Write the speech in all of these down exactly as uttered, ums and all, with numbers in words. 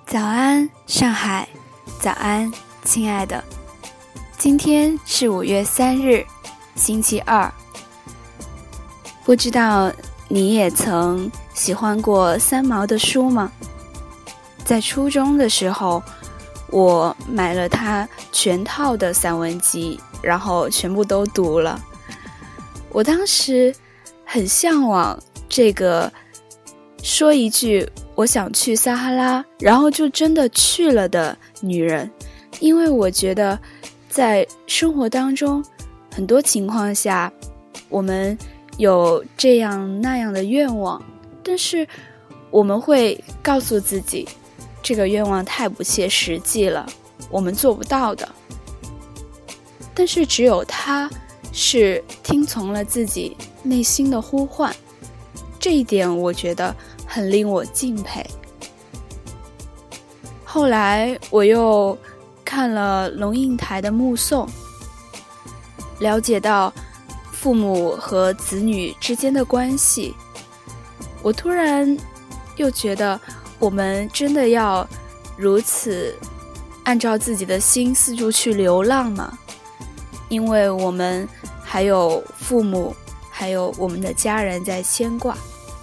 早安，上海！早安，亲爱的！今天是五月三日，星期二。不知道你也曾喜欢过三毛的书吗？在初中的时候，我买了他全套的散文集，然后全部都读了。我当时很向往这个说一句我想去撒哈拉，然后就真的去了的女人，因为我觉得在生活当中很多情况下我们有这样那样的愿望，但是我们会告诉自己这个愿望太不切实际了，我们做不到的。但是只有她是听从了自己内心的呼唤，这一点我觉得很令我敬佩。后来我又看了龙应台的《目送》，了解到父母和子女之间的关系，我突然又觉得我们真的要如此按照自己的心四处去流浪吗？因为我们还有父母，还有我们的家人在牵挂。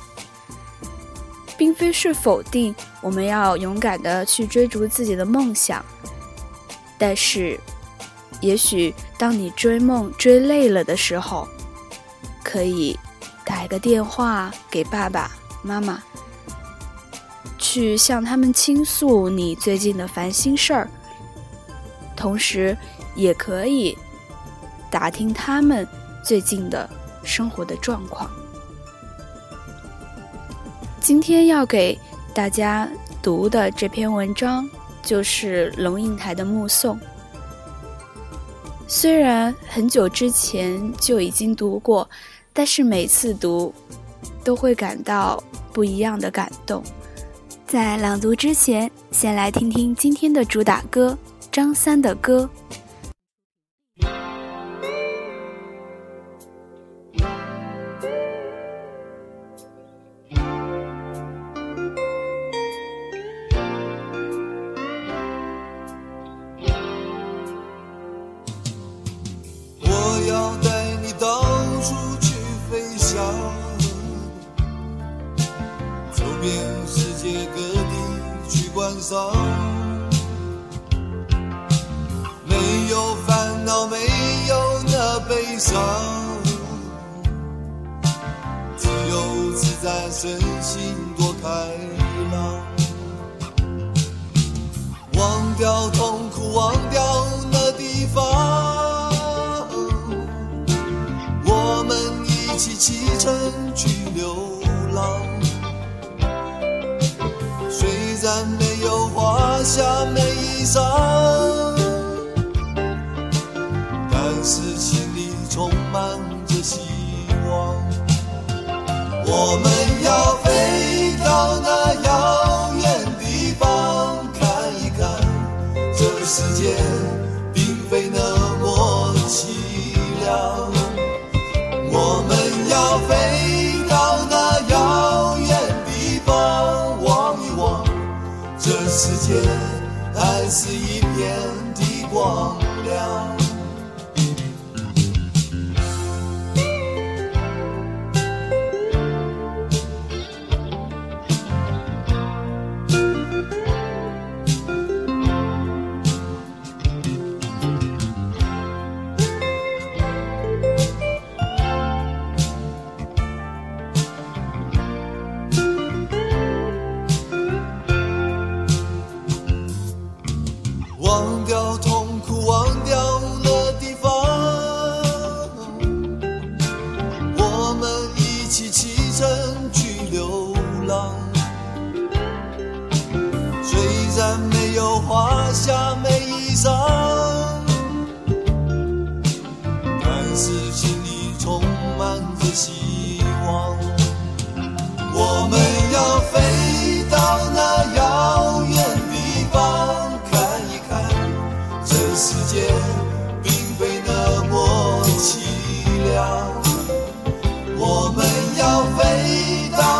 并非是否定我们要勇敢地去追逐自己的梦想，但是也许当你追梦追累了的时候，可以打一个电话给爸爸妈妈，去向他们倾诉你最近的烦心事儿，同时也可以打听他们最近的生活的状况。今天要给大家读的这篇文章就是龙应台的《目送》。虽然很久之前就已经读过，但是每次读都会感到不一样的感动。在朗读之前，先来听听今天的主打歌张三的歌。 要带你到处去飞翔，走遍世界各地去观赏，没有烦恼，没有那悲伤，自由自在，身心多开朗，忘掉痛苦，忘掉那地方，一起启程去流浪，虽然没有华厦美衣裳，但是心里充满着希望。我们要飞到那遥远地方，看一看这世界并非那么凄凉。我们要飞到那遥远地方，望一望这世界还是一片的光亮。忘掉痛苦，忘掉那地方，我们一起启程去流浪，虽然没有华厦美衣裳，但是心里充满着希望。我们要飞到那遥远地方，这世界并非那么凄凉。我们要飞到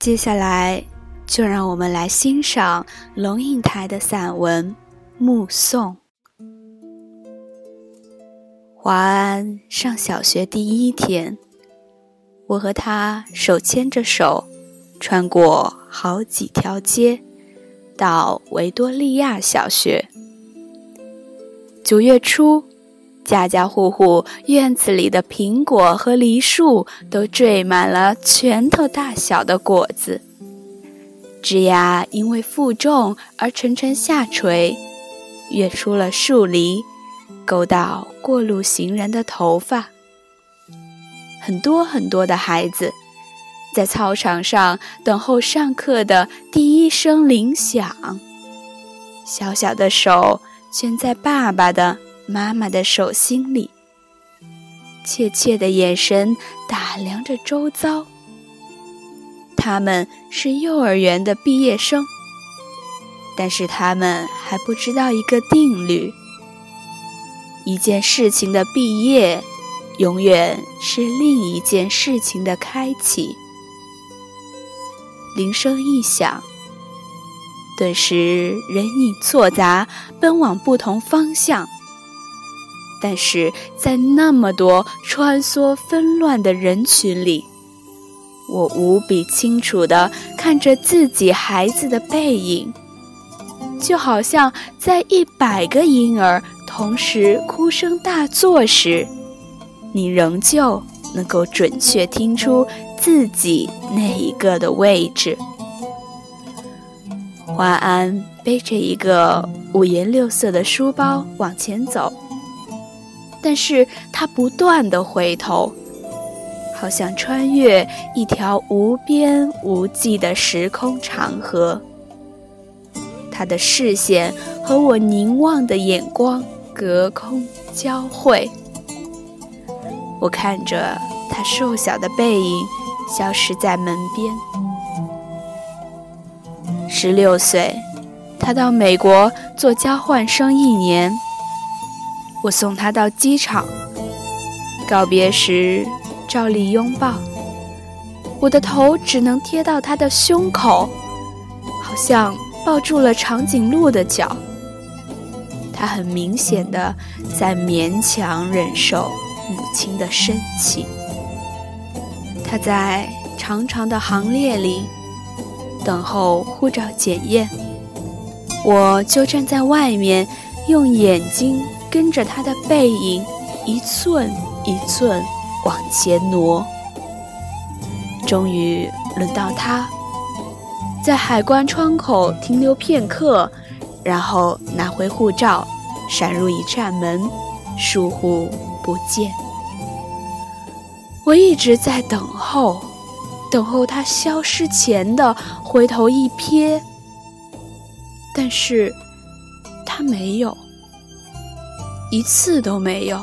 接下来就让我们来欣赏龙应台的散文《目送》。华安上小学第一天，我和他手牵着手，穿过好几条街，到维多利亚小学。九月初，家家户户院子里的苹果和梨树都缀满了拳头大小的果子，枝桠因为负重而沉沉下垂，跃出了树篱，勾到过路行人的头发。很多很多的孩子在操场上等候上课的第一声铃响，小小的手圈在爸爸的妈妈的手心里，怯怯的眼神打量着周遭。他们是幼儿园的毕业生，但是他们还不知道一个定律：一件事情的毕业，永远是另一件事情的开启。铃声一响，顿时人影错杂，奔往不同方向。但是在那么多穿梭纷乱的人群里，我无比清楚地看着自己孩子的背影，就好像在一百个婴儿同时哭声大作时，你仍旧能够准确听出自己那一个的位置。华安背着一个五颜六色的书包往前走，但是他不断地回头，好像穿越一条无边无际的时空长河。他的视线和我凝望的眼光隔空交汇，我看着他瘦小的背影消失在门边。十六岁，他到美国做交换生一年，我送他到机场，告别时照例拥抱，我的头只能贴到他的胸口，好像抱住了长颈鹿的脚。他很明显的在勉强忍受母亲的生气。他在长长的行列里等候护照检验，我就站在外面，用眼睛跟着他的背影一寸一寸往前挪。终于轮到他，在海关窗口停留片刻，然后拿回护照，闪入一扇门，疏忽不见。我一直在等候，等候他消失前的回头一瞥，但是他没有，一次都没有。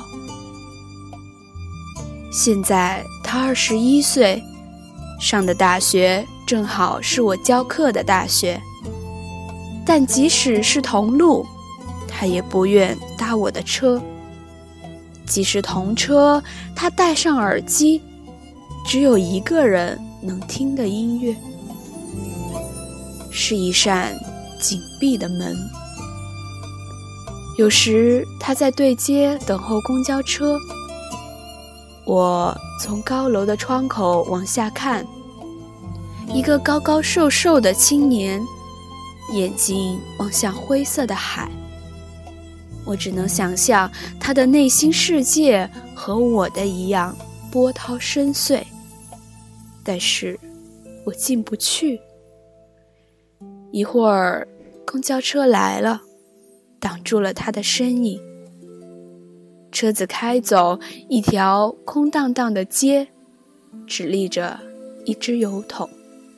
现在他二十一岁，上的大学正好是我教课的大学，但即使是同路，他也不愿搭我的车。即使同车，他戴上耳机，只有一个人能听的音乐，是一扇紧闭的门。有时他在对街等候公交车，我从高楼的窗口往下看，一个高高瘦瘦的青年，眼睛望向灰色的海。我只能想象他的内心世界和我的一样波涛深邃，但是我进不去。一会儿公交车来了，挡住了他的身影。车子开走一条空荡荡的街，只立着一只油桶。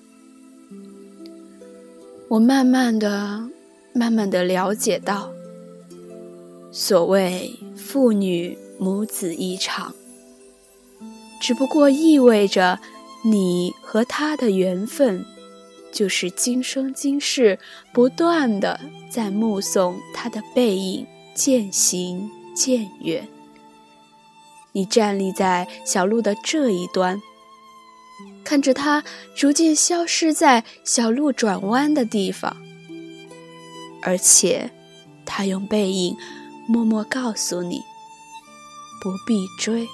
我慢慢的慢慢的了解到，所谓父女母子一场，只不过意味着你和他的缘分，就是今生今世不断的在目送他的背影渐行渐远。你站立在小路的这一端， 看着他逐渐消失在小路转弯的地方，而且他用背影默默告诉你不必追。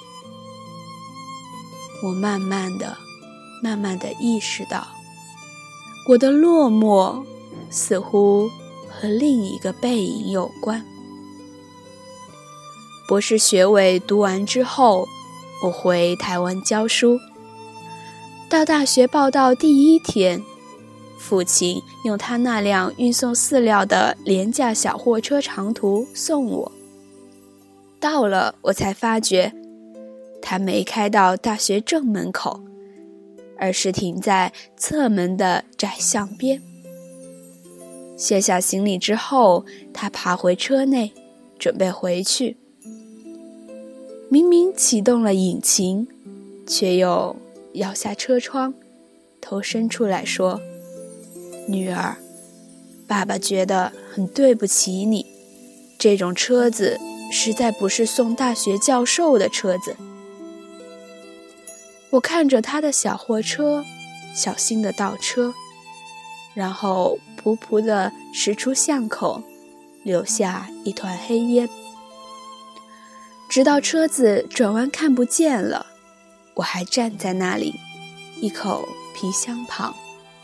我慢慢的慢慢的意识到，我的落寞似乎和另一个背影有关。博士学位读完之后，我回台湾教书。到大学报到第一天，父亲用他那辆运送饲料的廉价小货车长途送我。到了，我才发觉他没开到大学正门口，而是停在侧门的窄巷边。卸下行李之后，他爬回车内，准备回去。明明启动了引擎，却又摇下车窗，头伸出来说：女儿，爸爸觉得很对不起你，这种车子实在不是送大学教授的车子。我看着他的小货车小心地倒车，然后噗噗地驶出巷口，留下一团黑烟。直到车子转弯看不见了，我还站在那里，一口皮箱旁。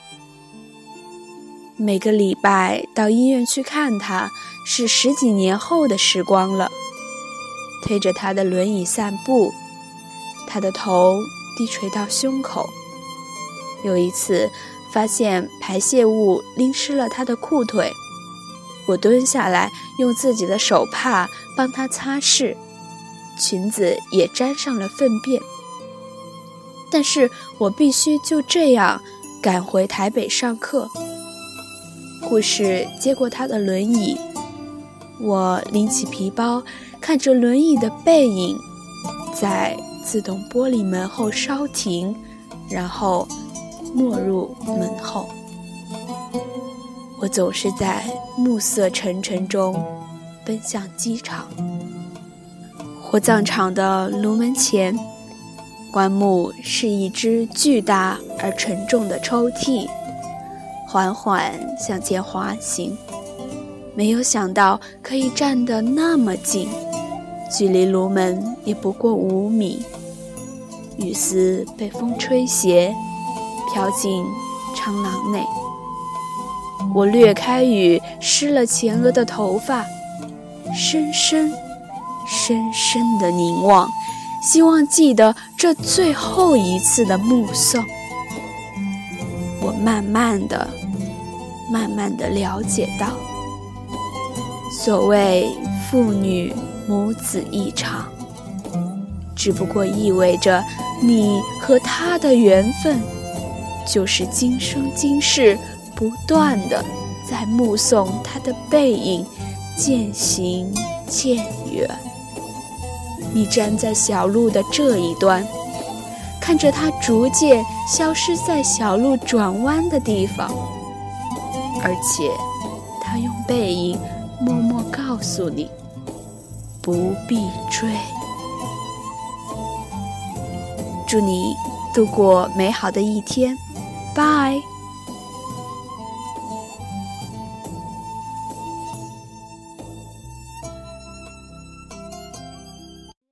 每个礼拜到医院去看他，是十几年后的时光了。推着他的轮椅散步，他的头低垂到胸口。有一次发现排泄物淋湿了他的裤腿，我蹲下来用自己的手帕帮他擦拭，裙子也沾上了粪便。但是我必须就这样赶回台北上课。护士接过他的轮椅，我拎起皮包，看着轮椅的背影在自动玻璃门后稍停，然后没入门后。我总是在暮色沉沉中奔向机场。火葬场的炉门前，棺木是一只巨大而沉重的抽屉，缓缓向前滑行。没有想到可以站得那么近，距离炉门也不过五米。雨丝被风吹斜，飘进长廊内。我掠开雨，湿了前额的头发，深深深深地凝望，希望记得这最后一次的目送。我慢慢地慢慢地了解到，所谓父女母子一场，只不过意味着你和他的缘分，就是今生今世不断地在目送他的背影渐行渐远。你站在小路的这一端，看着他逐渐消失在小路转弯的地方，而且他用背影默默告诉你不必追。祝你度过美好的一天，拜。